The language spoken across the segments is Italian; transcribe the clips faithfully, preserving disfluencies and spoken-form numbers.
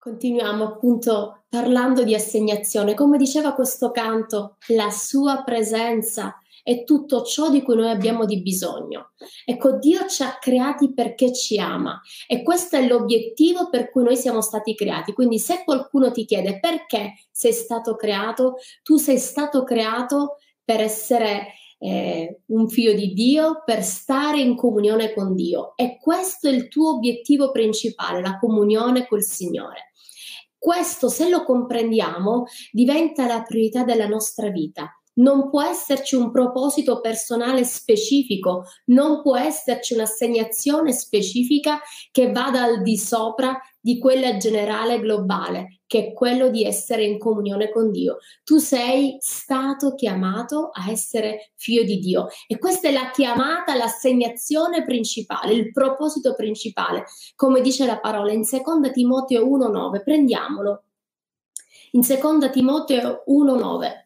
Continuiamo appunto parlando di assegnazione. Come diceva questo canto, la sua presenza è tutto ciò di cui noi abbiamo di bisogno. Ecco, Dio ci ha creati perché ci ama e questo è l'obiettivo per cui noi siamo stati creati. Quindi se qualcuno ti chiede perché sei stato creato, tu sei stato creato per essere eh, un figlio di Dio, per stare in comunione con Dio, e questo è il tuo obiettivo principale, la comunione col Signore. Questo, se lo comprendiamo, diventa la priorità della nostra vita. Non può esserci un proposito personale specifico, non può esserci un'assegnazione specifica che vada al di sopra di quella generale globale, che è quello di essere in comunione con Dio. Tu sei stato chiamato a essere figlio di Dio e questa è la chiamata, l'assegnazione principale, il proposito principale, come dice la parola in seconda Timoteo uno nove. Prendiamolo. In seconda Timoteo uno nove.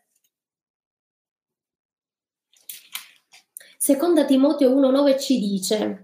Seconda Timoteo uno nove ci dice: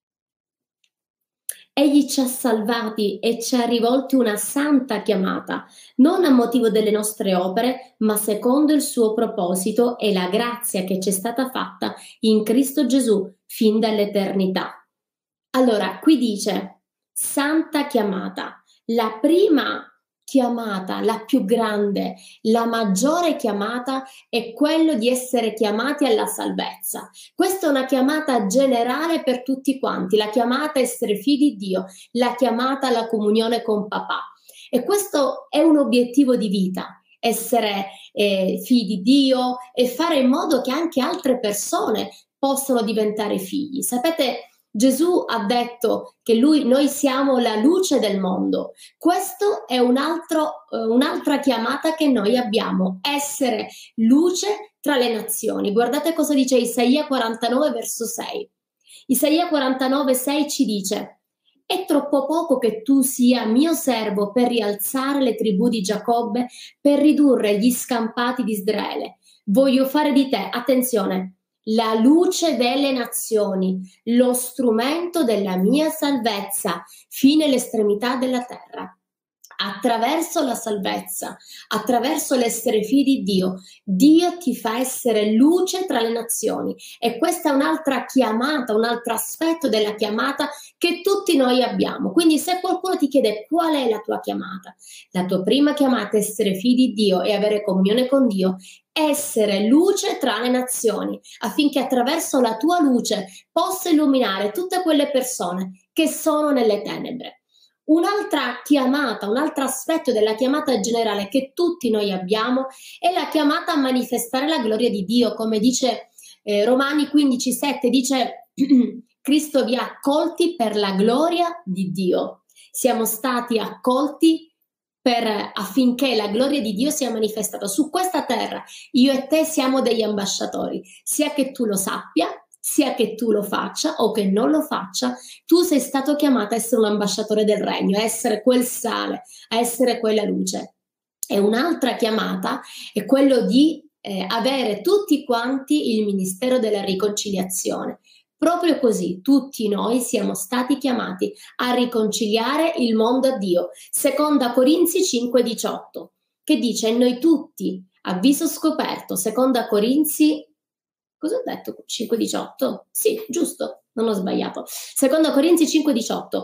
Egli ci ha salvati e ci ha rivolti una santa chiamata, non a motivo delle nostre opere, ma secondo il suo proposito e la grazia che ci è stata fatta in Cristo Gesù fin dall'eternità. Allora, qui dice santa chiamata. La prima chiamata, la più grande, la maggiore chiamata è quello di essere chiamati alla salvezza. Questa è una chiamata generale per tutti quanti, la chiamata a essere figli di Dio, la chiamata alla comunione con papà. E questo è un obiettivo di vita, essere eh, figli di Dio e fare in modo che anche altre persone possano diventare figli. Sapete, Gesù ha detto che lui, noi siamo la luce del mondo. Questo è un altro, eh, un'altra chiamata che noi abbiamo, essere luce tra le nazioni. Guardate cosa dice Isaia quarantanove verso sei. Isaia quarantanove sei ci dice: è troppo poco che tu sia mio servo per rialzare le tribù di Giacobbe, per ridurre gli scampati di Israele. Voglio fare di te, attenzione, la luce delle nazioni, lo strumento della mia salvezza, fino all'estremità della terra. Attraverso la salvezza, attraverso l'essere figli di Dio, Dio ti fa essere luce tra le nazioni. E questa è un'altra chiamata, un altro aspetto della chiamata che tutti noi abbiamo. Quindi se qualcuno ti chiede qual è la tua chiamata, la tua prima chiamata è essere figli di Dio e avere comunione con Dio, essere luce tra le nazioni, affinché attraverso la tua luce possa illuminare tutte quelle persone che sono nelle tenebre. Un'altra chiamata, un altro aspetto della chiamata generale che tutti noi abbiamo è la chiamata a manifestare la gloria di Dio, come dice eh, Romani quindici sette, dice Cristo vi ha accolti per la gloria di Dio. Siamo stati accolti per, affinché la gloria di Dio sia manifestata su questa terra. Io e te siamo degli ambasciatori, sia che tu lo sappia, sia che tu lo faccia o che non lo faccia, tu sei stato chiamato a essere un ambasciatore del regno, a essere quel sale, a essere quella luce. E un'altra chiamata è quello di eh, avere tutti quanti il ministero della riconciliazione. Proprio così, tutti noi siamo stati chiamati a riconciliare il mondo a Dio. Seconda Corinzi cinque diciotto, che dice: noi tutti, a viso scoperto, seconda Corinzi Cosa ho detto? cinque diciotto? Sì, giusto, non ho sbagliato. Seconda Corinzi cinque diciotto.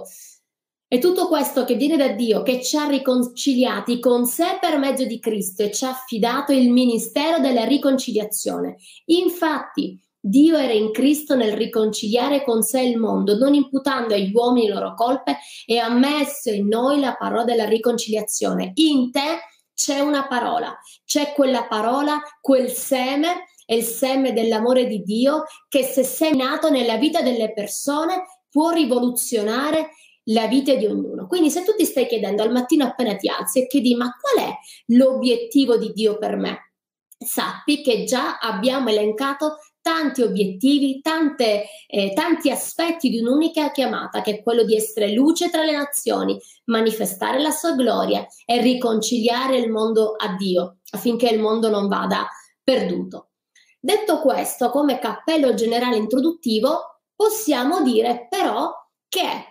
E tutto questo che viene da Dio, che ci ha riconciliati con sé per mezzo di Cristo e ci ha affidato il ministero della riconciliazione. Infatti, Dio era in Cristo nel riconciliare con sé il mondo, non imputando agli uomini le loro colpe, e ha messo in noi la parola della riconciliazione. In te c'è una parola, c'è quella parola, quel seme, è il seme dell'amore di Dio che, se seminato nella vita delle persone, può rivoluzionare la vita di ognuno. Quindi se tu ti stai chiedendo al mattino appena ti alzi e chiedi ma qual è l'obiettivo di Dio per me, sappi che già abbiamo elencato tanti obiettivi, tante, eh, tanti aspetti di un'unica chiamata, che è quello di essere luce tra le nazioni, manifestare la sua gloria e riconciliare il mondo a Dio, affinché il mondo non vada perduto. Detto questo, come cappello generale introduttivo, possiamo dire però che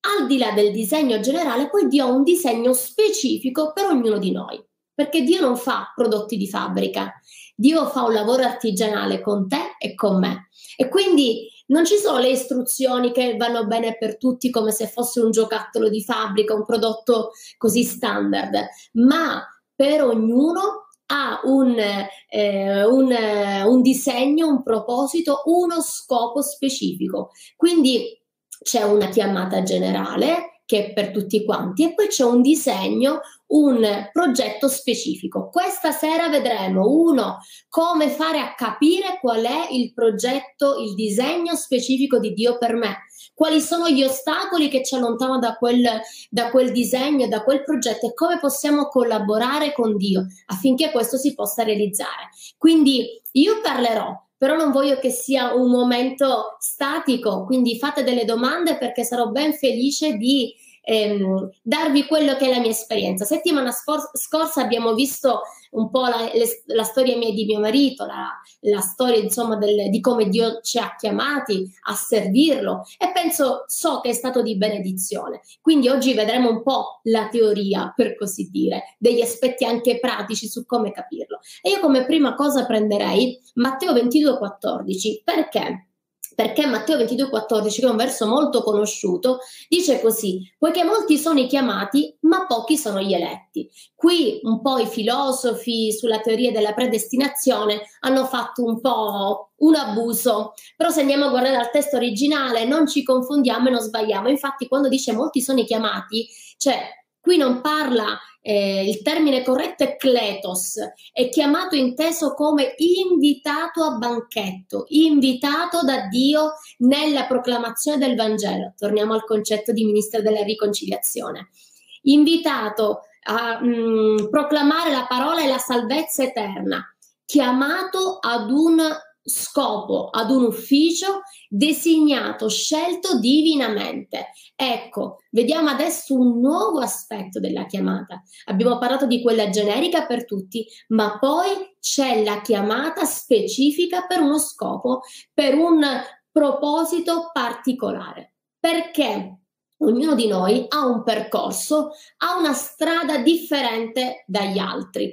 al di là del disegno generale, poi Dio ha un disegno specifico per ognuno di noi, perché Dio non fa prodotti di fabbrica, Dio fa un lavoro artigianale con te e con me. E quindi non ci sono le istruzioni che vanno bene per tutti come se fosse un giocattolo di fabbrica, un prodotto così standard, ma per ognuno ha un, eh, un, eh, un disegno, un proposito, uno scopo specifico. Quindi c'è una chiamata generale che è per tutti quanti e poi c'è un disegno, un progetto specifico. Questa sera vedremo, uno, come fare a capire qual è il progetto, il disegno specifico di Dio per me, quali sono gli ostacoli che ci allontanano da quel, da quel disegno, da quel progetto e come possiamo collaborare con Dio affinché questo si possa realizzare. Quindi io parlerò, però non voglio che sia un momento statico, quindi fate delle domande perché sarò ben felice di ehm, darvi quello che è la mia esperienza. Settimana scor- scorsa abbiamo visto un po' la, le, la storia mia e di mio marito, la, la storia insomma del, di come Dio ci ha chiamati a servirlo e penso, so che è stato di benedizione. Quindi oggi vedremo un po' la teoria, per così dire, degli aspetti anche pratici su come capirlo. E io come prima cosa prenderei Matteo ventidue quattordici, perché? Perché Matteo ventidue quattordici, che è un verso molto conosciuto, dice così: poiché molti sono i chiamati, ma pochi sono gli eletti. Qui un po' i filosofi sulla teoria della predestinazione hanno fatto un po' un abuso, però se andiamo a guardare al testo originale non ci confondiamo e non sbagliamo. Infatti quando dice molti sono i chiamati, cioè qui non parla, eh, il termine corretto è kletos, è chiamato inteso come invitato a banchetto, invitato da Dio nella proclamazione del Vangelo. Torniamo al concetto di ministro della riconciliazione. Invitato a mh, proclamare la parola e la salvezza eterna, chiamato ad un scopo, ad un ufficio designato, scelto divinamente. Ecco, vediamo adesso un nuovo aspetto della chiamata. Abbiamo parlato di quella generica per tutti, ma poi c'è la chiamata specifica per uno scopo, per un proposito particolare. Perché ognuno di noi ha un percorso, ha una strada differente dagli altri.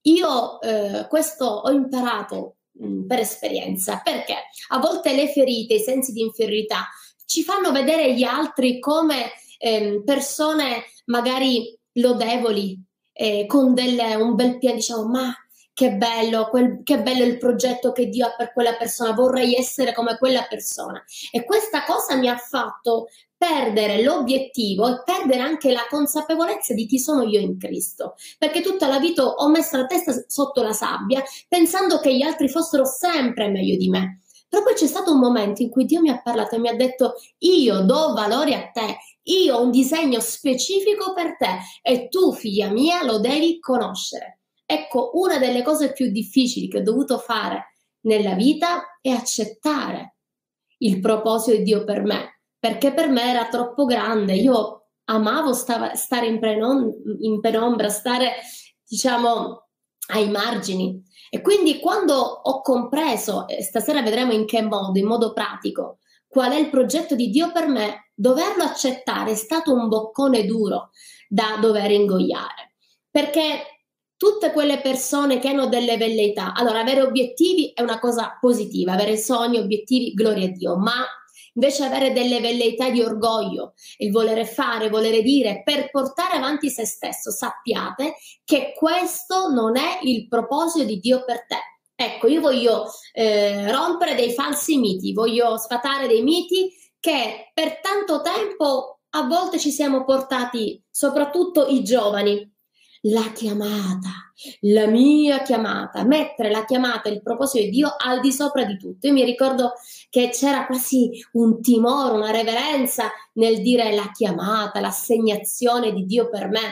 Io eh, questo ho imparato mh, per esperienza, perché a volte le ferite, i sensi di inferiorità ci fanno vedere gli altri come ehm, persone magari lodevoli, eh, con del, un bel piano, diciamo, ma che bello, quel, che bello il progetto che Dio ha per quella persona, vorrei essere come quella persona. E questa cosa mi ha fatto perdere l'obiettivo e perdere anche la consapevolezza di chi sono io in Cristo, perché tutta la vita ho messo la testa sotto la sabbia pensando che gli altri fossero sempre meglio di me. Però poi c'è stato un momento in cui Dio mi ha parlato e mi ha detto: io do valore a te, io ho un disegno specifico per te e tu, figlia mia, lo devi conoscere. Ecco, una delle cose più difficili che ho dovuto fare nella vita è accettare il proposito di Dio per me, perché per me era troppo grande. Io amavo stava, stare in, prenom- in penombra, stare, diciamo, ai margini. E quindi quando ho compreso, e stasera vedremo in che modo, in modo pratico, qual è il progetto di Dio per me, doverlo accettare è stato un boccone duro da dover ingoiare, perché tutte quelle persone che hanno delle velleità, allora avere obiettivi è una cosa positiva, avere sogni, obiettivi, gloria a Dio, ma invece avere delle velleità di orgoglio, il volere fare, volere dire, per portare avanti se stesso, sappiate che questo non è il proposito di Dio per te. Ecco, io voglio eh, rompere dei falsi miti, voglio sfatare dei miti che per tanto tempo a volte ci siamo portati, soprattutto i giovani. La chiamata, la mia chiamata, mettere la chiamata e il proposito di Dio al di sopra di tutto. Io mi ricordo che c'era quasi un timore, una reverenza nel dire la chiamata, l'assegnazione di Dio per me.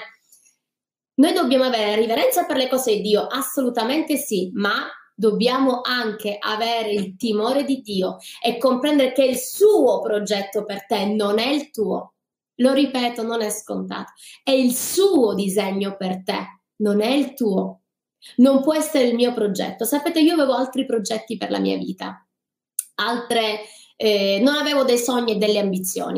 Noi dobbiamo avere riverenza per le cose di Dio, assolutamente sì, ma dobbiamo anche avere il timore di Dio e comprendere che il suo progetto per te non è il tuo. Lo ripeto, non è scontato. È il suo disegno per te, non è il tuo. Non può essere il mio progetto. Sapete, io avevo altri progetti per la mia vita, altre, eh, non avevo dei sogni e delle ambizioni.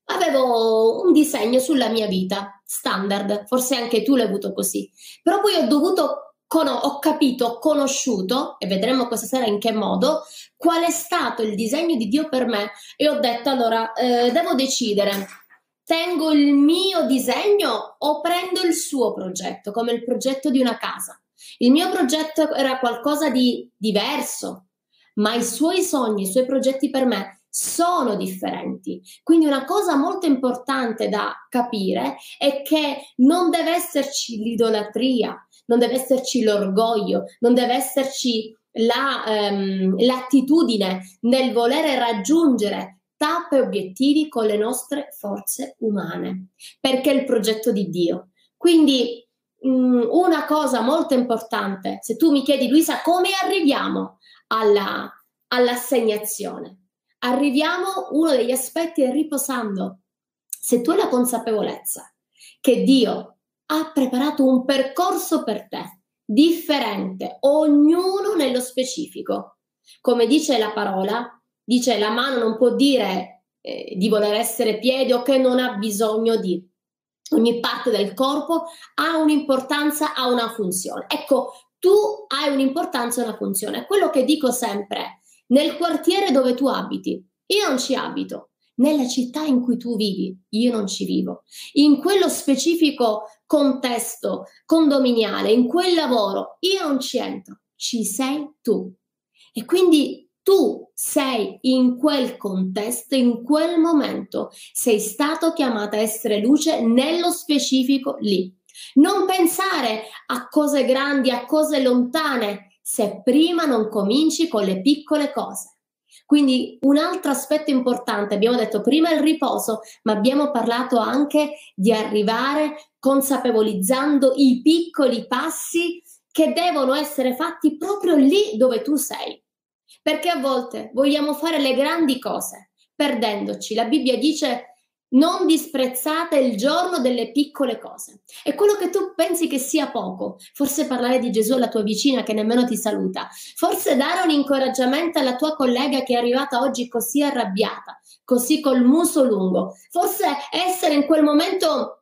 avevo un disegno sulla mia vita, standard, forse anche tu l'hai avuto così, però poi ho dovuto, con- ho capito, ho conosciuto, e vedremo questa sera in che modo, qual è stato il disegno di Dio per me e ho detto allora, eh, devo decidere, tengo il mio disegno o prendo il suo progetto, come il progetto di una casa. Il mio progetto era qualcosa di diverso, ma i suoi sogni, i suoi progetti per me sono differenti. Quindi una cosa molto importante da capire è che non deve esserci l'idolatria, non deve esserci l'orgoglio, non deve esserci la, ehm, l'attitudine nel volere raggiungere tappe e obiettivi con le nostre forze umane, perché è il progetto di Dio. Quindi mh, una cosa molto importante, se tu mi chiedi Luisa come arriviamo alla, all'assegnazione, arriviamo, uno degli aspetti è riposando. Se tu hai la consapevolezza che Dio ha preparato un percorso per te, differente, ognuno nello specifico. Come dice la parola, dice la mano non può dire eh, di voler essere piede o che non ha bisogno di. Ogni parte del corpo ha un'importanza, ha una funzione. Ecco, tu hai un'importanza e una funzione. Quello che dico sempre, nel quartiere dove tu abiti, io non ci abito, nella città in cui tu vivi, io non ci vivo. In quello specifico contesto condominiale, in quel lavoro, io non ci entro, ci sei tu. E quindi tu sei in quel contesto, in quel momento, sei stato chiamato a essere luce nello specifico lì. Non pensare a cose grandi, a cose lontane, se prima non cominci con le piccole cose. Quindi un altro aspetto importante, abbiamo detto prima il riposo, ma abbiamo parlato anche di arrivare consapevolizzando i piccoli passi che devono essere fatti proprio lì dove tu sei. Perché a volte vogliamo fare le grandi cose, perdendoci. La Bibbia dice non disprezzate il giorno delle piccole cose. E quello che tu pensi che sia poco, forse parlare di Gesù alla tua vicina che nemmeno ti saluta, forse dare un incoraggiamento alla tua collega che è arrivata oggi così arrabbiata, così col muso lungo, forse essere in quel momento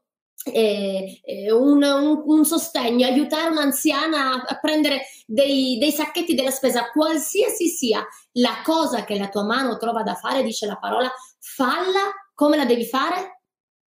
eh, eh, un, un, un sostegno, aiutare un'anziana a, a prendere dei, dei sacchetti della spesa, qualsiasi sia la cosa che la tua mano trova da fare, dice la parola, falla. Come la devi fare?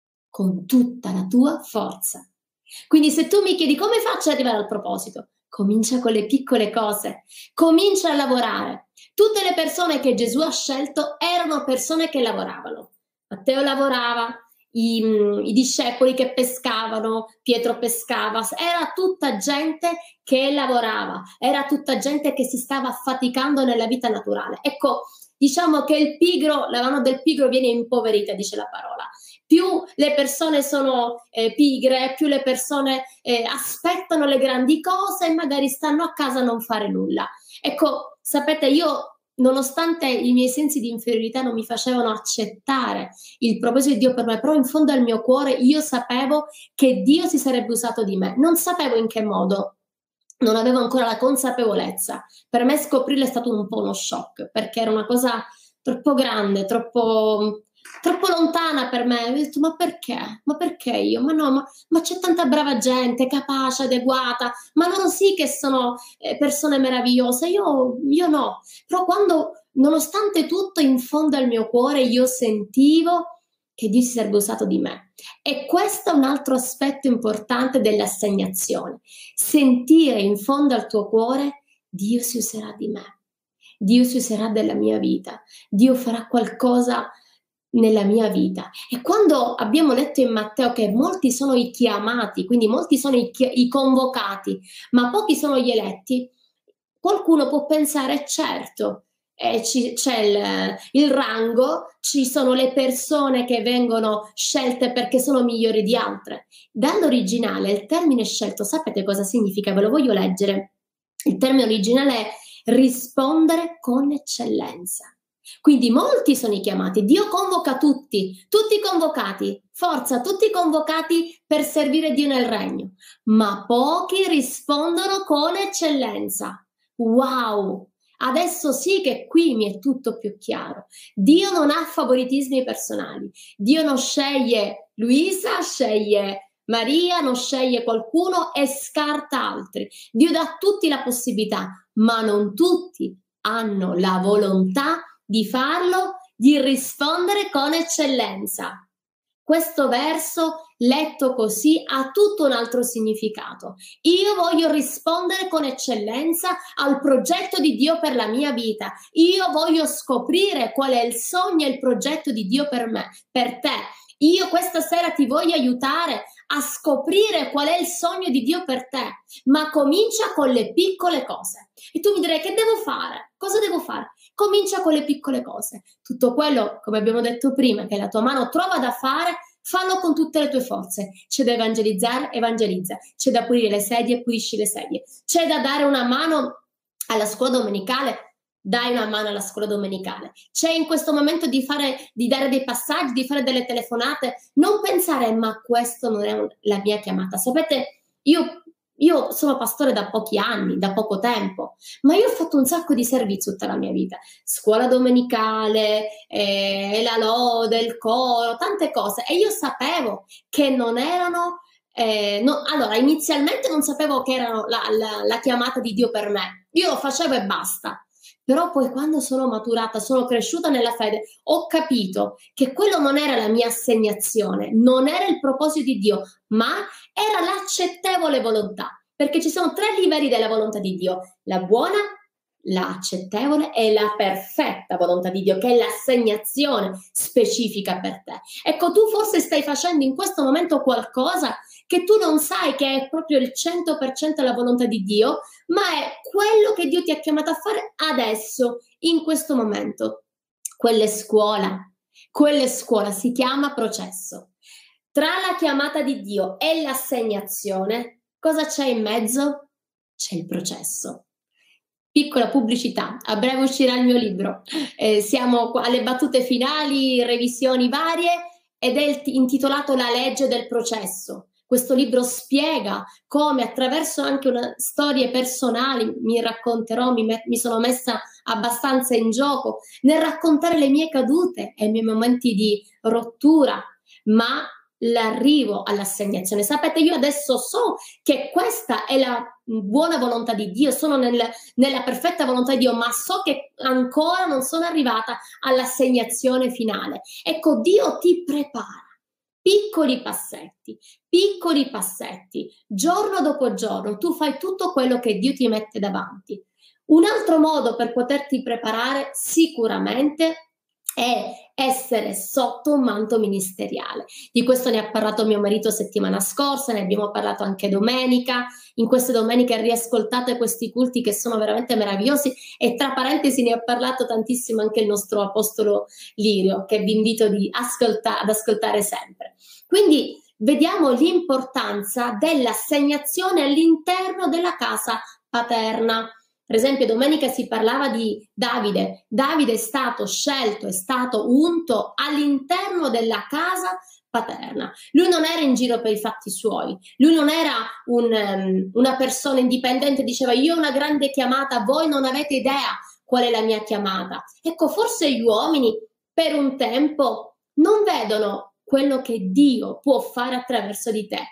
Con tutta la tua forza. Quindi se tu mi chiedi come faccio ad arrivare al proposito, comincia con le piccole cose, comincia a lavorare. Tutte le persone che Gesù ha scelto erano persone che lavoravano. Matteo lavorava, i, i discepoli che pescavano, Pietro pescava, era tutta gente che lavorava, era tutta gente che si stava affaticando nella vita naturale. Ecco, diciamo che il pigro, la mano del pigro viene impoverita, dice la parola. Più le persone sono eh, pigre, più le persone eh, aspettano le grandi cose e magari stanno a casa a non fare nulla. Ecco, sapete, io nonostante i miei sensi di inferiorità non mi facevano accettare il proposito di Dio per me, però in fondo al mio cuore io sapevo che Dio si sarebbe usato di me. Non sapevo in che modo, non avevo ancora la consapevolezza. Per me scoprirlo è stato un po' uno shock, perché era una cosa troppo grande, troppo, troppo lontana per me. Ho detto, ma perché? Ma perché io? Ma no, ma, ma c'è tanta brava gente, capace, adeguata, ma loro sì che sono eh, persone meravigliose, io, io no. Però quando, nonostante tutto, in fondo al mio cuore io sentivo che Dio si sarebbe usato di me. E questo è un altro aspetto importante dell'assegnazione. Sentire in fondo al tuo cuore, Dio si userà di me, Dio si userà della mia vita, Dio farà qualcosa nella mia vita. E quando abbiamo letto in Matteo che molti sono i chiamati, quindi molti sono i, i convocati, ma pochi sono gli eletti, qualcuno può pensare, certo, eh, ci, c'è il, il rango, ci sono le persone che vengono scelte perché sono migliori di altre. Dall'originale il termine scelto, sapete cosa significa? Ve lo voglio leggere. Il termine originale è rispondere con eccellenza. Quindi molti sono i chiamati, Dio convoca tutti, tutti convocati, forza, tutti convocati per servire Dio nel regno, ma pochi rispondono con eccellenza. Wow! Adesso sì che qui mi è tutto più chiaro. Dio non ha favoritismi personali. Dio non sceglie Luisa, sceglie Maria, non sceglie qualcuno e scarta altri. Dio dà a tutti la possibilità, ma non tutti hanno la volontà di farlo, di rispondere con eccellenza. Questo verso letto così ha tutto un altro significato. Io voglio rispondere con eccellenza al progetto di Dio per la mia vita. Io voglio scoprire qual è il sogno e il progetto di Dio per me, per te. Io questa sera ti voglio aiutare a scoprire qual è il sogno di Dio per te, ma comincia con le piccole cose. E tu mi direi: che devo fare? Cosa devo fare? Comincia con le piccole cose. Tutto quello, come abbiamo detto prima, che la tua mano trova da fare, fallo con tutte le tue forze. C'è da evangelizzare, evangelizza. C'è da pulire le sedie, pulisci le sedie. C'è da dare una mano alla scuola domenicale, dai una mano alla scuola domenicale. C'è in questo momento di fare, di dare dei passaggi, di fare delle telefonate. Non pensare: ma questo non è un, la mia chiamata. Sapete, io Io sono pastore da pochi anni, da poco tempo, ma io ho fatto un sacco di servizi tutta la mia vita. Scuola domenicale, eh, la lode, il coro, tante cose. E io sapevo che non erano... Eh, no, allora, inizialmente non sapevo che erano la, la, la chiamata di Dio per me. Io lo facevo e basta. Però poi quando sono maturata, sono cresciuta nella fede, ho capito che quello non era la mia assegnazione, non era il proposito di Dio, ma era l'accettevole volontà, perché ci sono tre livelli della volontà di Dio: la buona, l'accettevole e la perfetta volontà di Dio, che è l'assegnazione specifica per te. Ecco, tu forse stai facendo in questo momento qualcosa che tu non sai che è proprio il cento per cento la volontà di Dio, ma è quello che Dio ti ha chiamato a fare adesso, in questo momento. Quella è scuola, quella è scuola, si chiama processo. Tra la chiamata di Dio e l'assegnazione, cosa c'è in mezzo? C'è il processo. Piccola pubblicità, a breve uscirà il mio libro. Eh, siamo alle battute finali, revisioni varie, ed è intitolato La legge del processo. Questo libro spiega come, attraverso anche una storie personali, mi racconterò, mi, mi sono messa abbastanza in gioco nel raccontare le mie cadute e i miei momenti di rottura, ma l'arrivo all'assegnazione. Sapete, io adesso so che questa è la buona volontà di Dio, sono nel, nella perfetta volontà di Dio, ma so che ancora non sono arrivata all'assegnazione finale. Ecco, Dio ti prepara. Piccoli passetti, piccoli passetti, giorno dopo giorno, tu fai tutto quello che Dio ti mette davanti. Un altro modo per poterti preparare sicuramente è essere sotto un manto ministeriale. Di questo ne ha parlato mio marito settimana scorsa, ne abbiamo parlato anche domenica. In queste domeniche riascoltate questi culti che sono veramente meravigliosi, e tra parentesi ne ha parlato tantissimo anche il nostro apostolo Lirio, che vi invito di ascolta- ad ascoltare sempre. Quindi vediamo l'importanza dell'assegnazione all'interno della casa paterna. Per esempio, domenica si parlava di Davide. Davide è stato scelto, è stato unto all'interno della casa paterna. Lui non era in giro per i fatti suoi, lui non era un, um, una persona indipendente, diceva: io ho una grande chiamata, voi non avete idea qual è la mia chiamata. Ecco, forse gli uomini per un tempo non vedono quello che Dio può fare attraverso di te,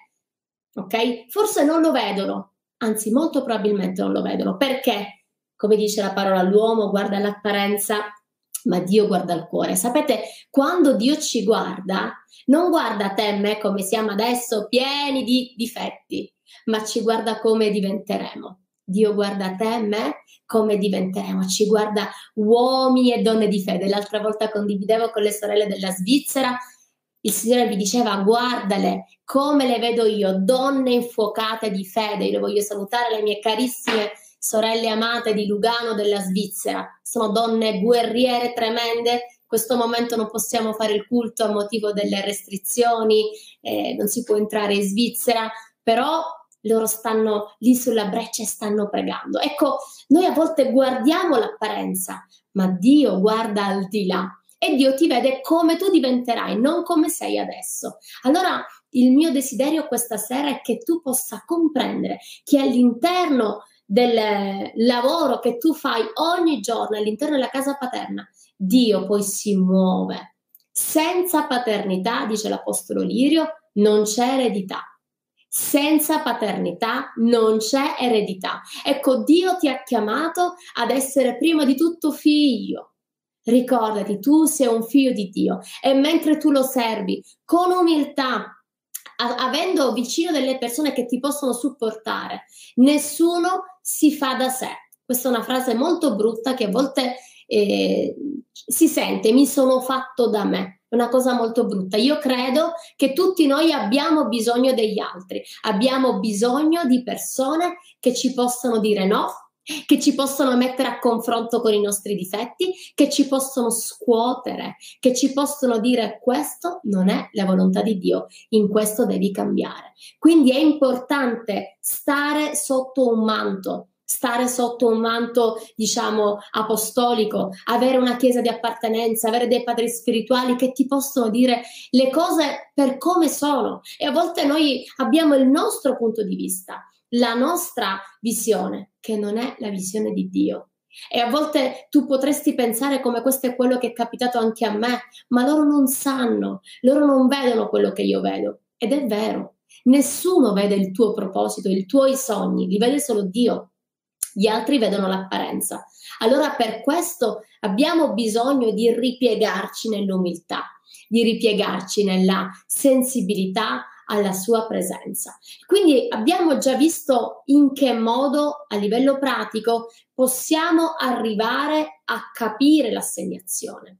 ok? Forse non lo vedono. Anzi, molto probabilmente non lo vedono, perché, come dice la parola, l'uomo guarda l'apparenza, ma Dio guarda il cuore. Sapete, quando Dio ci guarda, non guarda te e me come siamo adesso, pieni di difetti, ma ci guarda come diventeremo. Dio guarda te e me come diventeremo, ci guarda uomini e donne di fede. L'altra volta condividevo con le sorelle della Svizzera, il Signore vi diceva: guardale come le vedo io, donne infuocate di fede. Io voglio salutare le mie carissime sorelle amate di Lugano della Svizzera, sono donne guerriere tremende. In questo momento non possiamo fare il culto a motivo delle restrizioni, eh, non si può entrare in Svizzera, però loro stanno lì sulla breccia e stanno pregando. Ecco, noi a volte guardiamo l'apparenza, ma Dio guarda al di là. E Dio ti vede come tu diventerai, non come sei adesso. Allora, il mio desiderio questa sera è che tu possa comprendere che all'interno del lavoro che tu fai ogni giorno all'interno della casa paterna, Dio poi si muove. Senza paternità, dice l'Apostolo Lirio, non c'è eredità. Senza paternità non c'è eredità. Ecco, Dio ti ha chiamato ad essere prima di tutto figlio. Ricordati, tu sei un figlio di Dio e mentre tu lo servi con umiltà, avendo vicino delle persone che ti possono supportare, nessuno si fa da sé. Questa è una frase molto brutta che a volte eh, si sente, mi sono fatto da me. È una cosa molto brutta. Io credo che tutti noi abbiamo bisogno degli altri, abbiamo bisogno di persone che ci possano dire no, che ci possono mettere a confronto con i nostri difetti, che ci possono scuotere, che ci possono dire questo non è la volontà di Dio, in questo devi cambiare. Quindi è importante stare sotto un manto, stare sotto un manto, diciamo, apostolico, avere una chiesa di appartenenza, avere dei padri spirituali che ti possono dire le cose per come sono. E a volte noi abbiamo il nostro punto di vista, la nostra visione, che non è la visione di Dio. E a volte tu potresti pensare come questo è quello che è capitato anche a me, ma loro non sanno, loro non vedono quello che io vedo. Ed è vero, nessuno vede il tuo proposito, i tuoi sogni, li vede solo Dio. Gli altri vedono l'apparenza. Allora per questo abbiamo bisogno di ripiegarci nell'umiltà, di ripiegarci nella sensibilità alla sua presenza. Quindi abbiamo già visto in che modo a livello pratico possiamo arrivare a capire l'assegnazione.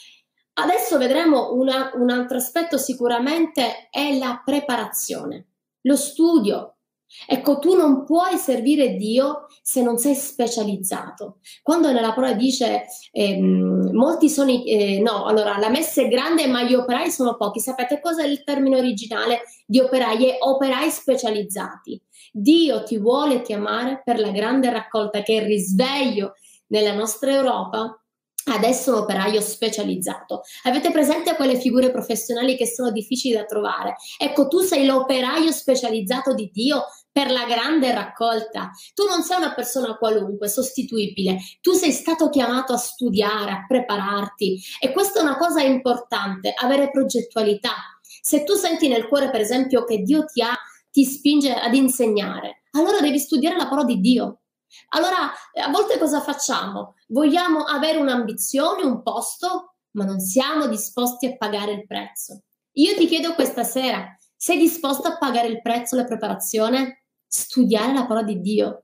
Adesso vedremo una, un altro aspetto, sicuramente è la preparazione, lo studio. Ecco, tu non puoi servire Dio se non sei specializzato. Quando nella parola dice ehm, molti sono i, eh, no, allora la messa è grande ma gli operai sono pochi. Sapete cosa è il termine originale di operai? È operai specializzati. Dio ti vuole chiamare per la grande raccolta che è il risveglio nella nostra Europa. Adesso un operaio specializzato. Avete presente quelle figure professionali che sono difficili da trovare? Ecco, tu sei l'operaio specializzato di Dio per la grande raccolta. Tu non sei una persona qualunque, sostituibile. Tu sei stato chiamato a studiare, a prepararti. E questa è una cosa importante, avere progettualità. Se tu senti nel cuore, per esempio, che Dio ti ha, ti spinge ad insegnare, allora devi studiare la parola di Dio. Allora, a volte cosa facciamo? Vogliamo avere un'ambizione, un posto, ma non siamo disposti a pagare il prezzo. Io ti chiedo questa sera, sei disposto a pagare il prezzo, la preparazione? Studiare la parola di Dio.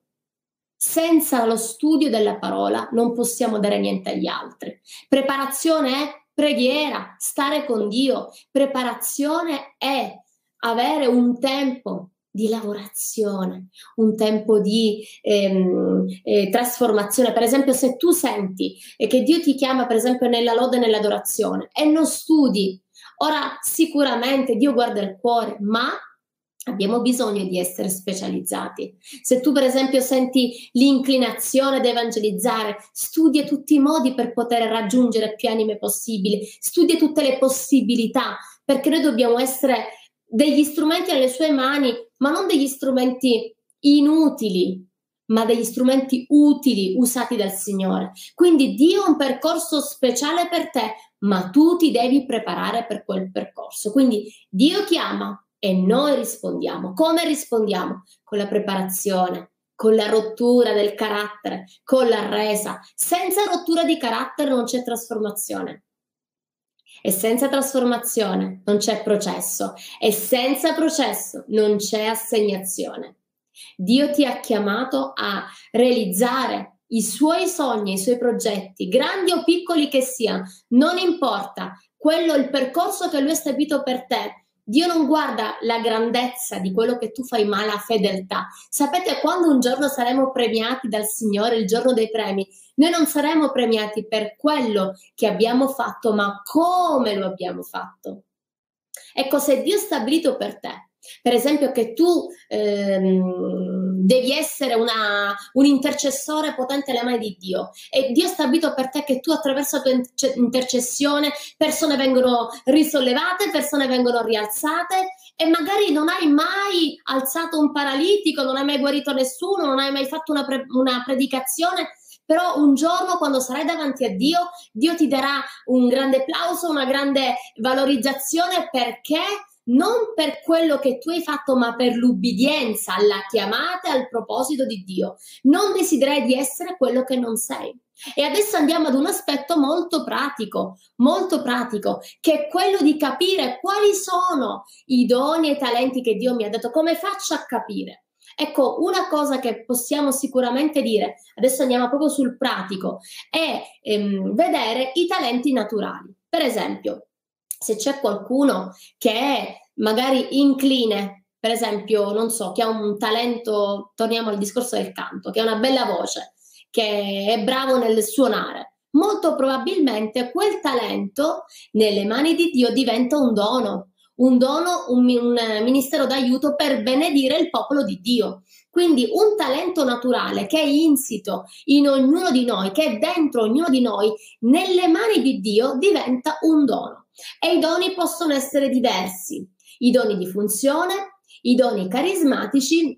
Senza lo studio della parola non possiamo dare niente agli altri. Preparazione è preghiera, stare con Dio. Preparazione è avere un tempo di lavorazione, un tempo di ehm, eh, trasformazione. Per esempio, se tu senti eh, che Dio ti chiama, per esempio, nella lode e nell'adorazione e non studi, ora sicuramente Dio guarda il cuore, ma abbiamo bisogno di essere specializzati. Se tu, per esempio, senti l'inclinazione ad evangelizzare, studia tutti i modi per poter raggiungere più anime possibili, studia tutte le possibilità, perché noi dobbiamo essere degli strumenti nelle sue mani, ma non degli strumenti inutili, ma degli strumenti utili usati dal Signore. Quindi Dio ha un percorso speciale per te, ma tu ti devi preparare per quel percorso. Quindi Dio chiama e noi rispondiamo. Come rispondiamo? Con la preparazione, con la rottura del carattere, con la resa. Senza rottura di carattere non c'è trasformazione. E senza trasformazione non c'è processo, e senza processo non c'è assegnazione. Dio ti ha chiamato a realizzare i suoi sogni, i suoi progetti, grandi o piccoli che siano, non importa, quello è il percorso che Lui ha stabilito per te. Dio non guarda la grandezza di quello che tu fai, ma la fedeltà. Sapete, quando un giorno saremo premiati dal Signore, il giorno dei premi, noi non saremo premiati per quello che abbiamo fatto, ma come lo abbiamo fatto. Ecco, se Dio ha stabilito per te, per esempio, che tu ehm, devi essere una, un intercessore potente alle mani di Dio, e Dio ha stabilito per te che tu attraverso la tua intercessione persone vengono risollevate, persone vengono rialzate, e magari non hai mai alzato un paralitico, non hai mai guarito nessuno, non hai mai fatto una, pre una predicazione, però un giorno quando sarai davanti a Dio, Dio ti darà un grande applauso, una grande valorizzazione, perché non per quello che tu hai fatto, ma per l'ubbidienza alla chiamata e al proposito di Dio. Non desiderai di essere quello che non sei. E adesso andiamo ad un aspetto molto pratico, molto pratico, che è quello di capire quali sono i doni e i talenti che Dio mi ha dato. Come faccio a capire? Ecco, una cosa che possiamo sicuramente dire, adesso andiamo proprio sul pratico, è ehm, vedere i talenti naturali. Per esempio, se c'è qualcuno che è magari incline, per esempio, non so, che ha un talento, torniamo al discorso del canto, che ha una bella voce, che è bravo nel suonare, molto probabilmente quel talento nelle mani di Dio diventa un dono, un dono, un, un ministero d'aiuto per benedire il popolo di Dio. Quindi un talento naturale che è insito in ognuno di noi, che è dentro ognuno di noi, nelle mani di Dio diventa un dono. E i doni possono essere diversi, i doni di funzione, i doni carismatici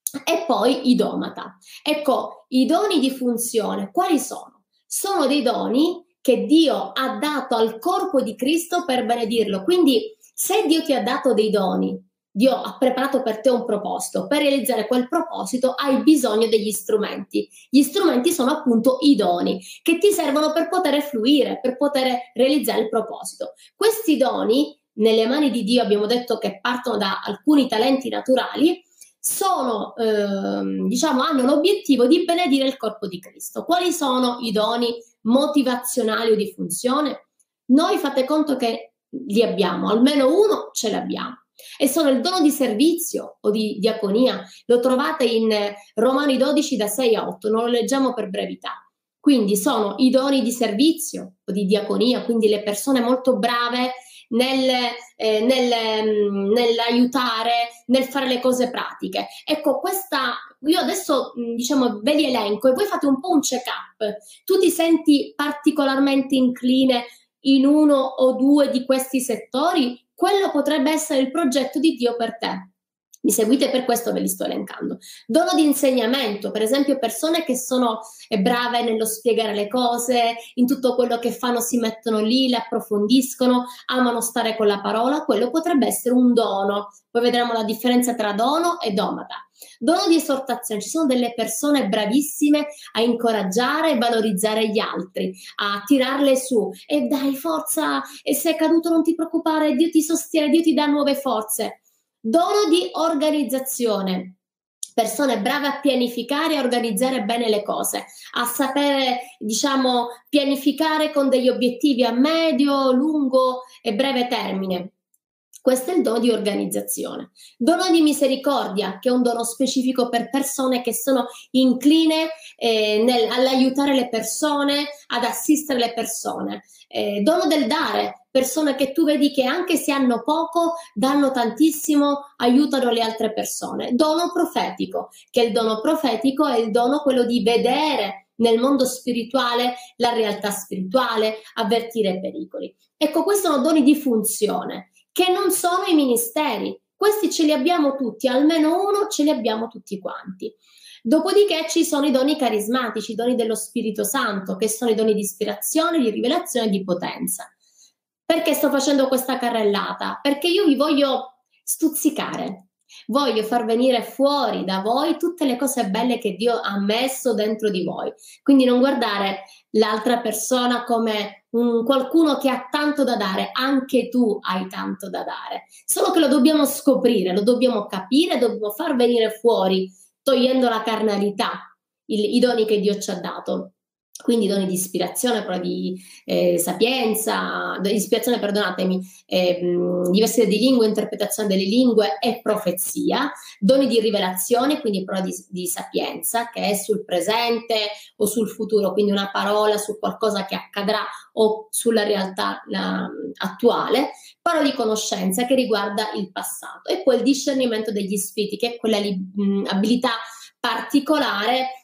e poi i domata. Ecco, i doni di funzione quali sono? Sono dei doni che Dio ha dato al corpo di Cristo per benedirlo. Quindi se Dio ti ha dato dei doni, Dio ha preparato per te un proposito, per realizzare quel proposito hai bisogno degli strumenti. Gli strumenti sono appunto i doni che ti servono per poter fluire, per poter realizzare il proposito. Questi doni, nelle mani di Dio, abbiamo detto che partono da alcuni talenti naturali, sono, eh, diciamo, hanno l'obiettivo di benedire il corpo di Cristo. Quali sono i doni motivazionali o di funzione? Noi fate conto che li abbiamo, almeno uno ce l'abbiamo, e sono il dono di servizio o di diaconia. Lo trovate in Romani dodici da sei a otto, non lo leggiamo per brevità. Quindi sono i doni di servizio o di diaconia, quindi le persone molto brave nel, eh, nel, nell'aiutare, nel fare le cose pratiche. Ecco, questa, io adesso diciamo ve li elenco e voi fate un po' un check-up. Tu ti senti particolarmente incline in uno o due di questi settori? Quello potrebbe essere il progetto di Dio per te. Mi seguite, per questo ve li sto elencando. Dono di insegnamento, per esempio persone che sono brave nello spiegare le cose, in tutto quello che fanno si mettono lì, le approfondiscono, amano stare con la parola, quello potrebbe essere un dono. Poi vedremo la differenza tra dono e domata. Dono di esortazione, ci sono delle persone bravissime a incoraggiare e valorizzare gli altri, a tirarle su, e dai forza, e se è caduto non ti preoccupare, Dio ti sostiene, Dio ti dà nuove forze. Dono di organizzazione, persone brave a pianificare e a organizzare bene le cose, a sapere, diciamo, pianificare con degli obiettivi a medio, lungo e breve termine. Questo è il dono di organizzazione. Dono di misericordia, che è un dono specifico per persone che sono incline eh, all'aiutare le persone, ad assistere le persone. Eh, dono del dare, persone che tu vedi che anche se hanno poco, danno tantissimo, aiutano le altre persone. Dono profetico, che il dono profetico è il dono quello di vedere nel mondo spirituale la realtà spirituale, avvertire i pericoli. Ecco, questi sono doni di funzione, che non sono i ministeri. Questi ce li abbiamo tutti, almeno uno ce li abbiamo tutti quanti. Dopodiché ci sono i doni carismatici, i doni dello Spirito Santo, che sono i doni di ispirazione, di rivelazione e di potenza. Perché sto facendo questa carrellata? Perché io vi voglio stuzzicare, voglio far venire fuori da voi tutte le cose belle che Dio ha messo dentro di voi. Quindi non guardare l'altra persona come un qualcuno che ha tanto da dare, anche tu hai tanto da dare, solo che lo dobbiamo scoprire, lo dobbiamo capire, dobbiamo far venire fuori, togliendo la carnalità, il, i doni che Dio ci ha dato. Quindi doni di ispirazione, però di eh, sapienza, di ispirazione, perdonatemi, eh, diversità di lingue, interpretazione delle lingue e profezia, doni di rivelazione, quindi però di, di sapienza, che è sul presente o sul futuro, quindi una parola su qualcosa che accadrà o sulla realtà la, attuale, parola di conoscenza che riguarda il passato, e poi il discernimento degli spiriti, che è quella li, mh, abilità particolare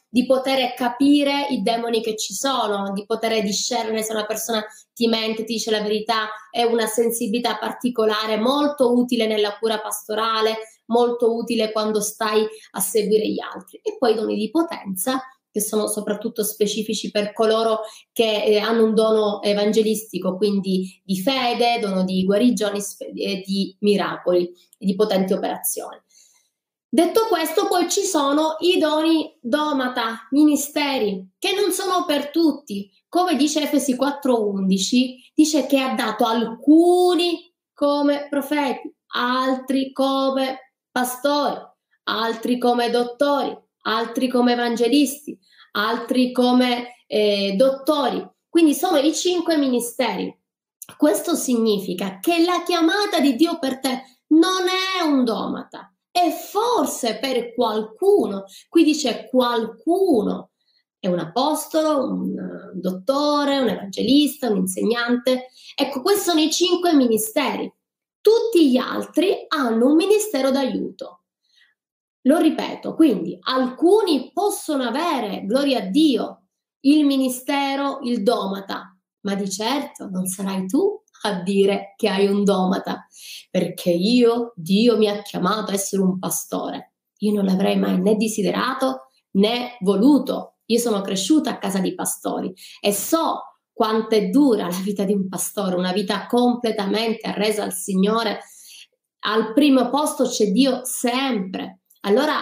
di poter capire i demoni che ci sono, di poter discernere se una persona ti mente, ti dice la verità, è una sensibilità particolare molto utile nella cura pastorale, molto utile quando stai a seguire gli altri. E poi i doni di potenza, che sono soprattutto specifici per coloro che eh, hanno un dono evangelistico, quindi di fede, dono di guarigioni e di miracoli e di potenti operazioni. Detto questo, poi ci sono i doni domata, ministeri, che non sono per tutti. Come dice Efesi quattro undici, dice che ha dato alcuni come profeti, altri come pastori, altri come dottori, altri come evangelisti, altri come eh, dottori. Quindi sono i cinque ministeri. Questo significa che la chiamata di Dio per te non è un domata, e forse per qualcuno, qui dice qualcuno, è un apostolo, un dottore, un evangelista, un insegnante. Ecco, questi sono i cinque ministeri. Tutti gli altri hanno un ministero d'aiuto. Lo ripeto, quindi alcuni possono avere, gloria a Dio, il ministero, il domata, ma di certo non sarai tu a dire che hai un domata, perché io, Dio mi ha chiamato a essere un pastore. Io non l'avrei mai né desiderato né voluto. Io sono cresciuta a casa di pastori e so quanto è dura la vita di un pastore, una vita completamente arresa al Signore. Al primo posto c'è Dio sempre. Allora,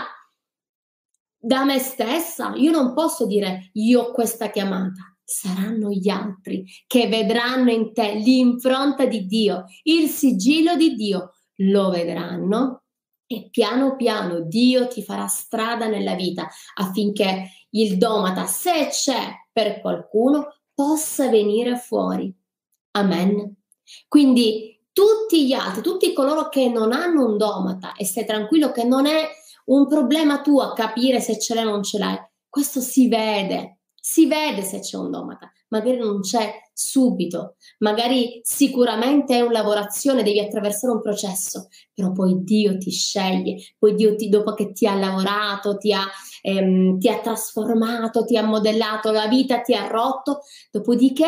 da me stessa, io non posso dire io ho questa chiamata. Saranno gli altri che vedranno in te l'impronta di Dio, il sigillo di Dio, lo vedranno e piano piano Dio ti farà strada nella vita affinché il domata, se c'è per qualcuno, possa venire fuori. Amen. Quindi tutti gli altri, tutti coloro che non hanno un domata, e stai tranquillo che non è un problema tuo a capire se ce l'hai o non ce l'hai, questo si vede. Si vede se c'è un domata, magari non c'è subito, magari sicuramente è una lavorazione, devi attraversare un processo, però poi Dio ti sceglie, poi Dio ti, dopo che ti ha lavorato, ti ha, ehm, ti ha trasformato, ti ha modellato la vita, ti ha rotto, dopodiché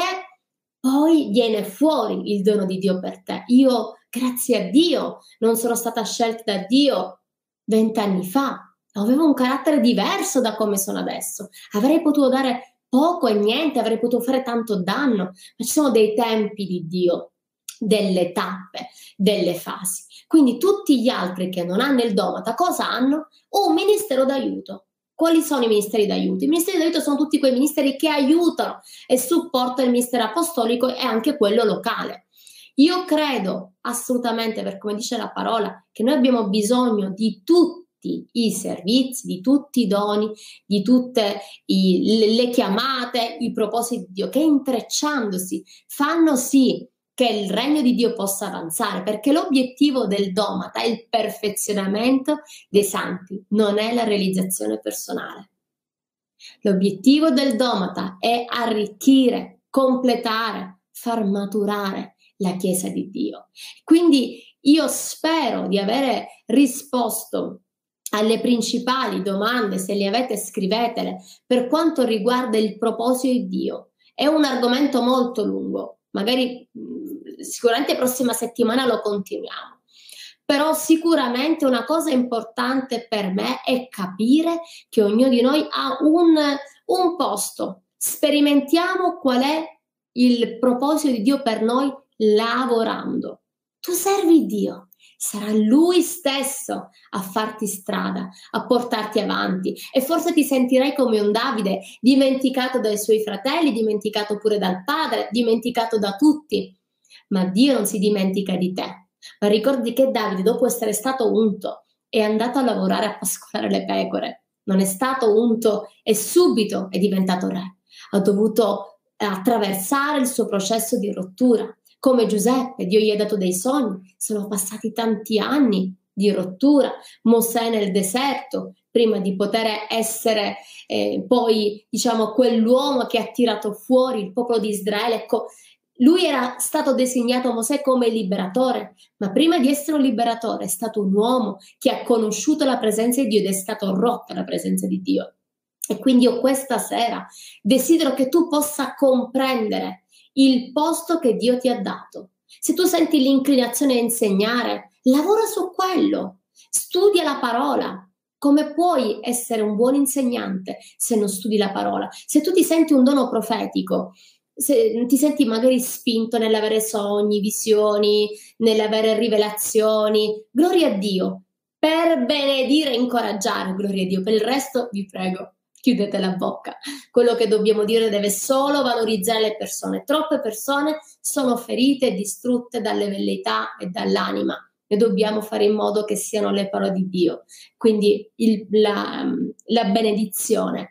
poi viene fuori il dono di Dio per te. Io, grazie a Dio, non sono stata scelta da Dio vent'anni fa. Avevo un carattere diverso da come sono adesso. Avrei potuto dare poco e niente, avrei potuto fare tanto danno, ma ci sono dei tempi di Dio, delle tappe, delle fasi. Quindi tutti gli altri che non hanno il domata, cosa hanno? Un ministero d'aiuto. Quali sono i ministeri d'aiuto? I ministeri d'aiuto sono tutti quei ministeri che aiutano e supportano il ministero apostolico e anche quello locale. Io credo assolutamente, per come dice la parola, che noi abbiamo bisogno di tutti i servizi, di tutti i doni, di tutte i, le, le chiamate, i propositi di Dio, che intrecciandosi fanno sì che il regno di Dio possa avanzare, perché l'obiettivo del domata è il perfezionamento dei santi, non è la realizzazione personale. L'obiettivo del domata è arricchire, completare, far maturare la Chiesa di Dio. Quindi io spero di avere risposto alle principali domande, se le avete scrivetele, per quanto riguarda il proposito di Dio. È un argomento molto lungo, magari mh, sicuramente prossima settimana lo continuiamo, però sicuramente una cosa importante per me è capire che ognuno di noi ha un, un posto. Sperimentiamo qual è il proposito di Dio per noi lavorando. Tu servi Dio, sarà Lui stesso a farti strada, a portarti avanti, e forse ti sentirai come un Davide, dimenticato dai suoi fratelli, dimenticato pure dal padre, dimenticato da tutti, ma Dio non si dimentica di te. Ma ricordi che Davide, dopo essere stato unto, è andato a lavorare a pascolare le pecore, non è stato unto e subito è diventato re, ha dovuto attraversare il suo processo di rottura. Come Giuseppe, Dio gli ha dato dei sogni, sono passati tanti anni di rottura. Mosè nel deserto, prima di poter essere eh, poi, diciamo, quell'uomo che ha tirato fuori il popolo di Israele. Ecco, lui era stato designato Mosè come liberatore, ma prima di essere un liberatore è stato un uomo che ha conosciuto la presenza di Dio ed è stato rotto dalla presenza di Dio. E quindi io questa sera desidero che tu possa comprendere il posto che Dio ti ha dato. Se tu senti l'inclinazione a insegnare, lavora su quello, studia la parola. Come puoi essere un buon insegnante se non studi la parola? Se tu ti senti un dono profetico, se ti senti magari spinto nell'avere sogni, visioni, nell'avere rivelazioni, gloria a Dio, per benedire e incoraggiare, gloria a Dio. Per il resto vi prego, chiudete la bocca. Quello che dobbiamo dire deve solo valorizzare le persone. Troppe persone sono ferite e distrutte dalle velleità e dall'anima e dobbiamo fare in modo che siano le parole di Dio. Quindi il, la, la benedizione.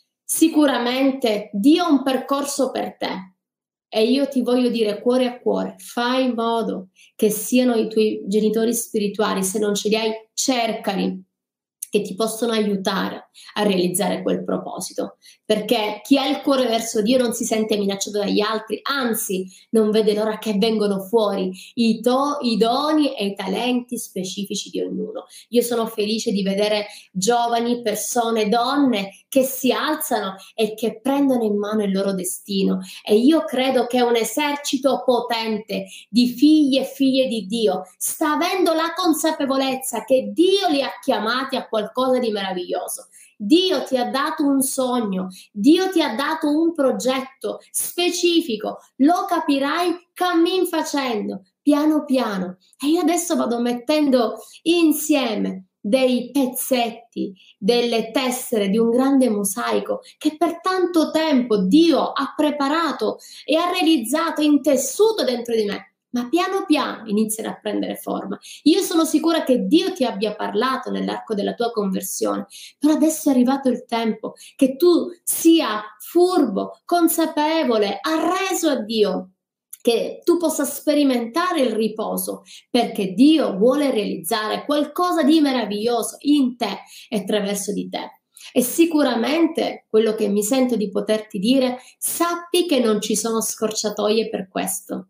Sicuramente Dio ha un percorso per te e io ti voglio dire cuore a cuore, fai in modo che siano i tuoi genitori spirituali, se non ce li hai, cercali, che ti possono aiutare a realizzare quel proposito, perché chi ha il cuore verso Dio non si sente minacciato dagli altri, anzi non vede l'ora che vengano fuori i, to- i doni e i talenti specifici di ognuno. Io sono felice di vedere giovani, persone, donne che si alzano e che prendono in mano il loro destino, e io credo che un esercito potente di figli e figlie di Dio sta avendo la consapevolezza che Dio li ha chiamati a qualcosa di meraviglioso. Dio ti ha dato un sogno, Dio ti ha dato un progetto specifico, lo capirai cammin facendo, piano piano. E io adesso vado mettendo insieme dei pezzetti, delle tessere di un grande mosaico che per tanto tempo Dio ha preparato e ha realizzato, intessuto dentro di me. Ma piano piano iniziano a prendere forma. Io sono sicura che Dio ti abbia parlato nell'arco della tua conversione, però adesso è arrivato il tempo che tu sia furbo, consapevole, arreso a Dio, che tu possa sperimentare il riposo, perché Dio vuole realizzare qualcosa di meraviglioso in te e attraverso di te. E sicuramente quello che mi sento di poterti dire, sappi che non ci sono scorciatoie per questo.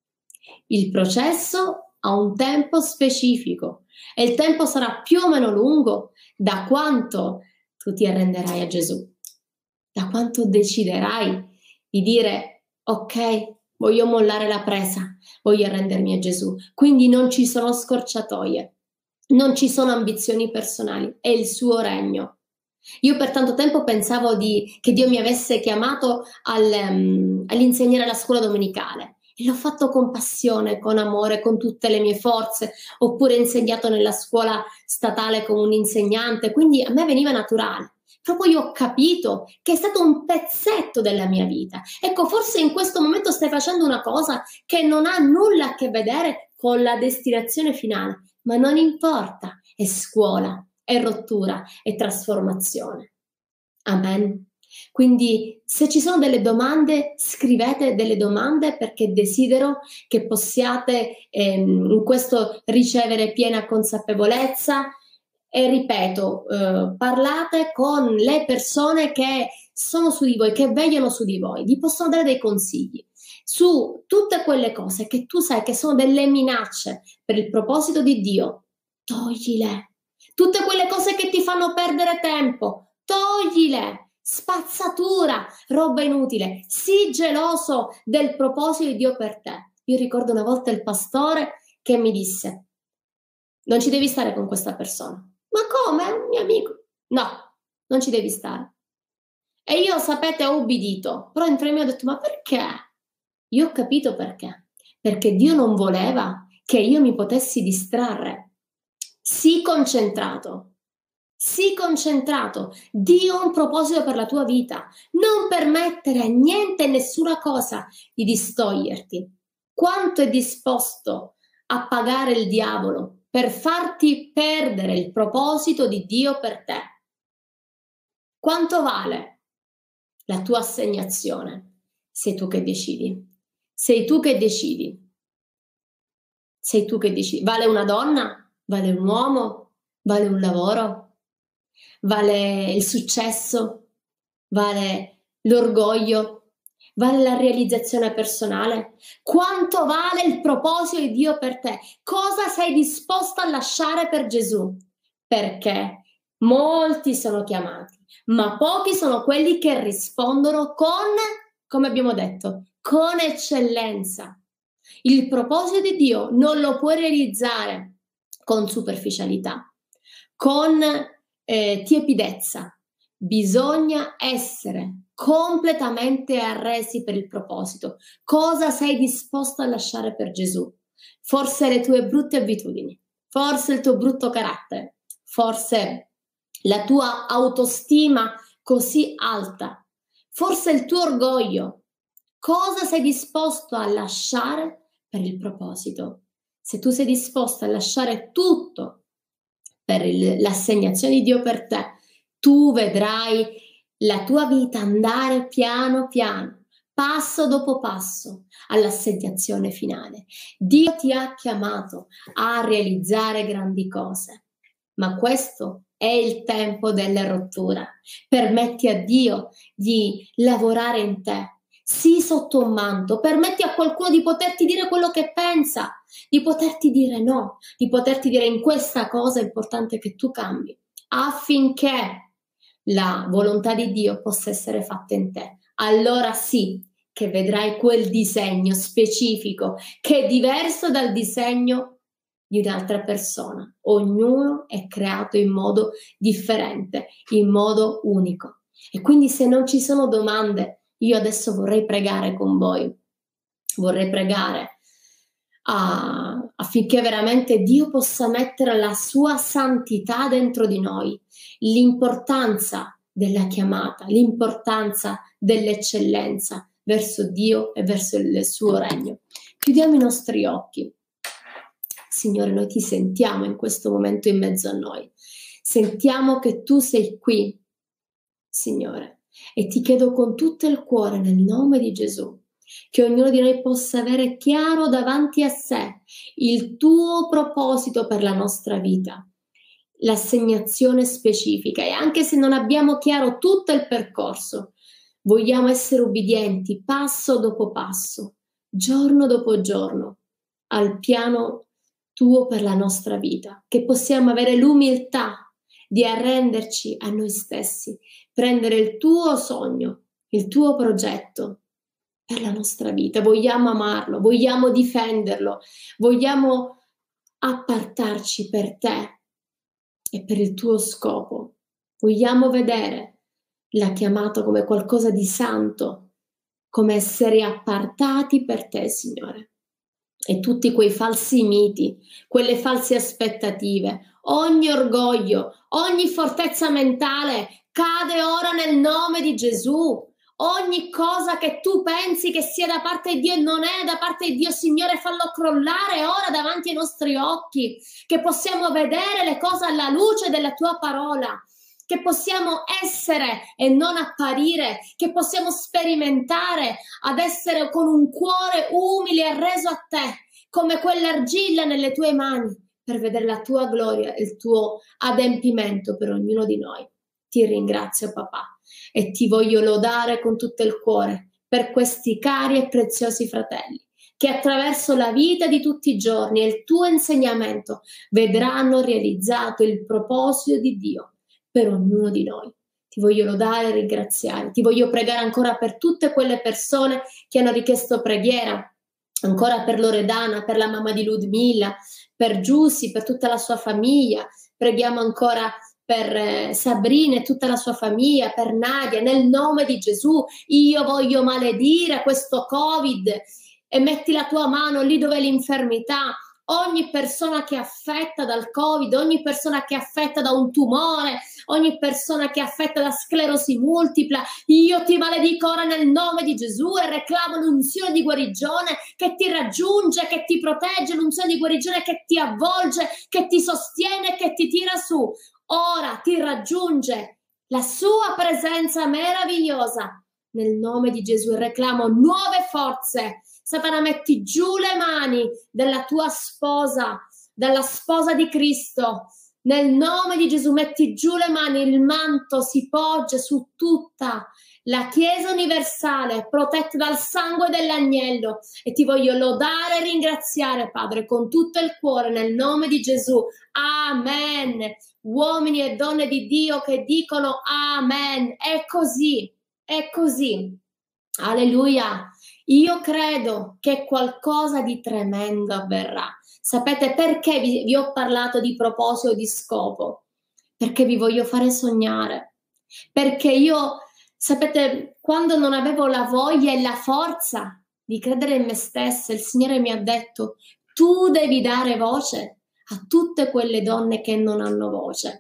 Il processo ha un tempo specifico e il tempo sarà più o meno lungo da quanto tu ti arrenderai a Gesù, da quanto deciderai di dire ok, voglio mollare la presa, voglio arrendermi a Gesù. Quindi non ci sono scorciatoie, non ci sono ambizioni personali, è il suo regno. Io per tanto tempo pensavo di, che Dio mi avesse chiamato al, um, all'insegnare alla scuola domenicale. E l'ho fatto con passione, con amore, con tutte le mie forze, oppure insegnato nella scuola statale come un insegnante, quindi a me veniva naturale. Però poi ho capito che è stato un pezzetto della mia vita. Ecco, forse in questo momento stai facendo una cosa che non ha nulla a che vedere con la destinazione finale, ma non importa, è scuola, è rottura, è trasformazione. Amen. Quindi se ci sono delle domande, scrivete delle domande, perché desidero che possiate ehm, in questo ricevere piena consapevolezza. E ripeto, eh, parlate con le persone che sono su di voi, che vegliano su di voi, vi possono dare dei consigli su tutte quelle cose che tu sai che sono delle minacce per il proposito di Dio. Toglile. Tutte quelle cose che ti fanno perdere tempo, toglile. Spazzatura, roba inutile. Sii geloso del proposito di Dio per te. Io ricordo una volta il pastore che mi disse: non ci devi stare con questa persona. Ma come? È un mio amico. No, non ci devi stare. E io, sapete, ho ubbidito, però entro in me ho detto: ma perché? Io ho capito perché. Perché Dio non voleva che io mi potessi distrarre. Sii concentrato. Sii concentrato. Dio ha un proposito per la tua vita. Non permettere a niente e nessuna cosa di distoglierti. Quanto è disposto a pagare il diavolo per farti perdere il proposito di Dio per te? Quanto vale la tua assegnazione? Sei tu che decidi. Sei tu che decidi. Sei tu che decidi. Vale una donna? Vale un uomo? Vale un lavoro? Vale il successo? Vale l'orgoglio? Vale la realizzazione personale? Quanto vale il proposito di Dio per te? Cosa sei disposto a lasciare per Gesù? Perché Molti sono chiamati, ma pochi sono quelli che rispondono con, come abbiamo detto, con eccellenza. Il proposito di Dio non lo puoi realizzare con superficialità, con eh, tiepidezza. Bisogna essere completamente arresi per il proposito. Cosa sei disposto a lasciare per Gesù? Forse le tue brutte abitudini, forse il tuo brutto carattere, forse la tua autostima così alta, forse il tuo orgoglio. Cosa sei disposto a lasciare per il proposito? Se tu sei disposto a lasciare tutto per il, l'assegnazione di Dio per te, tu vedrai la tua vita andare piano piano, passo dopo passo, all'assegnazione finale. Dio ti ha chiamato a realizzare grandi cose, ma questo è il tempo della rottura. Permetti a Dio di lavorare in te. Sii sotto un manto, permetti a qualcuno di poterti dire quello che pensa, di poterti dire no, di poterti dire in questa cosa è importante che tu cambi, affinché la volontà di Dio possa essere fatta in te. Allora sì che vedrai quel disegno specifico che è diverso dal disegno di un'altra persona. Ognuno è creato in modo differente, in modo unico. E quindi se non ci sono domande, io adesso vorrei pregare con voi, vorrei pregare a, affinché veramente Dio possa mettere la sua santità dentro di noi, l'importanza della chiamata, l'importanza dell'eccellenza verso Dio e verso il suo regno. Chiudiamo i nostri occhi. Signore, noi ti sentiamo in questo momento in mezzo a noi. Sentiamo che tu sei qui, Signore. E ti chiedo con tutto il cuore, nel nome di Gesù, che ognuno di noi possa avere chiaro davanti a sé il tuo proposito per la nostra vita, l'assegnazione specifica. E anche se non abbiamo chiaro tutto il percorso, vogliamo essere ubbidienti passo dopo passo, giorno dopo giorno, al piano tuo per la nostra vita, che possiamo avere l'umiltà di arrenderci a noi stessi, prendere il tuo sogno, il tuo progetto per la nostra vita. Vogliamo amarlo, vogliamo difenderlo, vogliamo appartarci per te e per il tuo scopo. Vogliamo vedere la chiamata come qualcosa di santo, come essere appartati per te, Signore. E tutti quei falsi miti, quelle false aspettative, ogni orgoglio, ogni fortezza mentale cade ora nel nome di Gesù. Ogni cosa che tu pensi che sia da parte di Dio e non è da parte di Dio, Signore, fallo crollare ora davanti ai nostri occhi, che possiamo vedere le cose alla luce della tua parola, che possiamo essere e non apparire, che possiamo sperimentare ad essere con un cuore umile e arreso a te, come quell'argilla nelle tue mani, per vedere la tua gloria e il tuo adempimento per ognuno di noi. Ti ringrazio, papà, e ti voglio lodare con tutto il cuore per questi cari e preziosi fratelli, che attraverso la vita di tutti i giorni e il tuo insegnamento vedranno realizzato il proposito di Dio per ognuno di noi. Ti voglio lodare e ringraziare. Ti voglio pregare ancora per tutte quelle persone che hanno richiesto preghiera, ancora per Loredana, per la mamma di Ludmilla, per Giussi, per tutta la sua famiglia. Preghiamo ancora per eh, Sabrina e tutta la sua famiglia, per Nadia, nel nome di Gesù. Io voglio maledire questo Covid e metti la tua mano lì dove è l'infermità. Ogni persona che è affetta dal Covid, ogni persona che è affetta da un tumore, ogni persona che è affetta da sclerosi multipla, io ti maledico ora nel nome di Gesù e reclamo l'unzione di guarigione che ti raggiunge, che ti protegge, l'unzione di guarigione che ti avvolge, che ti sostiene, che ti tira su. Ora ti raggiunge la sua presenza meravigliosa nel nome di Gesù e reclamo nuove forze. Satana, metti giù le mani della tua sposa, dalla sposa di Cristo, Nel nome di Gesù metti giù le mani, il manto si poggia su tutta la Chiesa universale, protetta dal sangue dell'agnello, e ti voglio lodare e ringraziare, Padre, con tutto il cuore, nel nome di Gesù. Amen. Uomini e donne di Dio che dicono amen. È così, è così. Alleluia. Io credo che qualcosa di tremendo avverrà. Sapete perché vi, vi ho parlato di proposito e di scopo? Perché vi voglio fare sognare. Perché io, sapete, quando non avevo la voglia e la forza di credere in me stessa, il Signore mi ha detto: tu devi dare voce a tutte quelle donne che non hanno voce.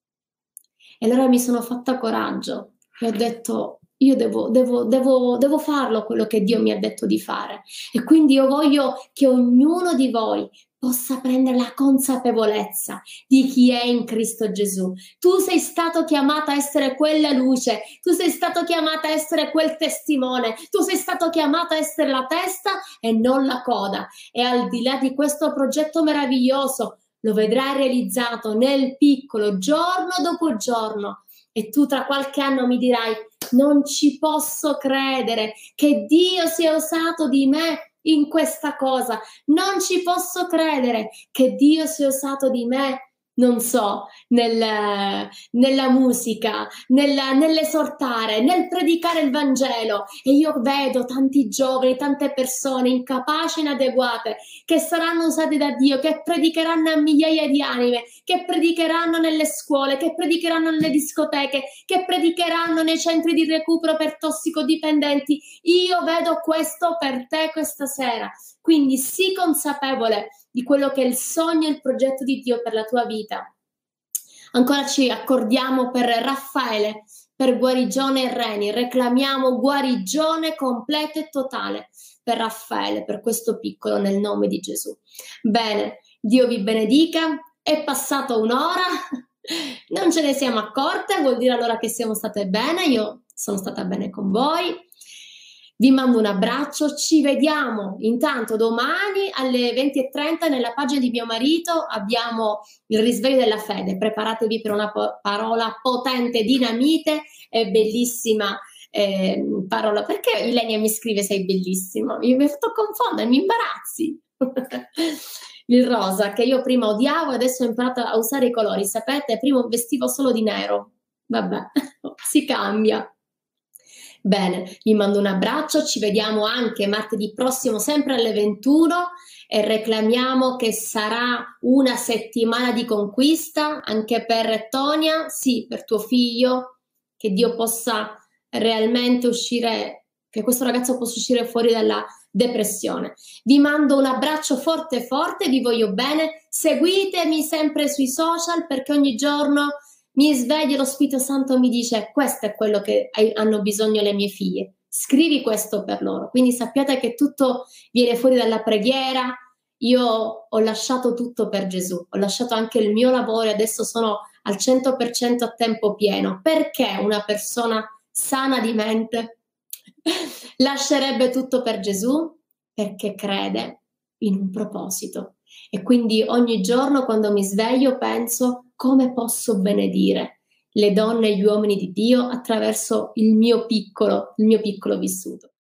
E allora mi sono fatta coraggio e ho detto: io devo, devo, devo, devo farlo quello che Dio mi ha detto di fare. E quindi io voglio che ognuno di voi possa prendere la consapevolezza di chi è in Cristo Gesù. Tu sei stato chiamata a essere quella luce, tu sei stato chiamata a essere quel testimone, tu sei stato chiamata a essere la testa e non la coda. E al di là di questo progetto meraviglioso, lo vedrai realizzato nel piccolo, giorno dopo giorno, e tu tra qualche anno mi dirai: non ci posso credere che Dio si è usato di me in questa cosa, non ci posso credere che Dio si è usato di me, non so, nel, nella musica, nella, nell'esortare, nel predicare il Vangelo. E io vedo tanti giovani, tante persone incapaci e inadeguate che saranno usati da Dio, che predicheranno a migliaia di anime, che predicheranno nelle scuole, che predicheranno nelle discoteche, che predicheranno nei centri di recupero per tossicodipendenti. Io vedo questo per te questa sera. Quindi sii consapevole di quello che è il sogno e il progetto di Dio per la tua vita. Ancora ci accordiamo per Raffaele, per guarigione e Reni, reclamiamo guarigione completa e totale per Raffaele, per questo piccolo, nel nome di Gesù. Bene, Dio vi benedica, è passata un'ora, non ce ne siamo accorte, vuol dire allora che siamo state bene, io sono stata bene con voi. Vi mando un abbraccio, ci vediamo intanto domani alle venti e trenta nella pagina di mio marito, abbiamo il risveglio della fede, preparatevi per una po- parola potente, dinamite e bellissima eh, parola. Perché Ilenia mi scrive sei bellissimo? Io mi sto confondendo, mi imbarazzi. Il rosa, che io prima odiavo e adesso ho imparato a usare i colori, sapete? Prima vestivo solo di nero, vabbè, si cambia. Bene, vi mando un abbraccio, ci vediamo anche martedì prossimo sempre alle ventuno e reclamiamo che sarà una settimana di conquista anche per Tonia, sì, per tuo figlio, che Dio possa realmente uscire, che questo ragazzo possa uscire fuori dalla depressione. Vi mando un abbraccio forte forte, vi voglio bene, seguitemi sempre sui social perché ogni giorno mi sveglio e lo Spirito Santo mi dice: questo è quello che hanno bisogno le mie figlie, scrivi questo per loro. Quindi sappiate che tutto viene fuori dalla preghiera. Io ho lasciato tutto per Gesù, ho lasciato anche il mio lavoro e adesso sono al cento per cento a tempo pieno. Perché una persona sana di mente lascerebbe tutto per Gesù? Perché crede in un proposito. E quindi ogni giorno quando mi sveglio penso: come posso benedire le donne e gli uomini di Dio attraverso il mio piccolo, il mio piccolo vissuto.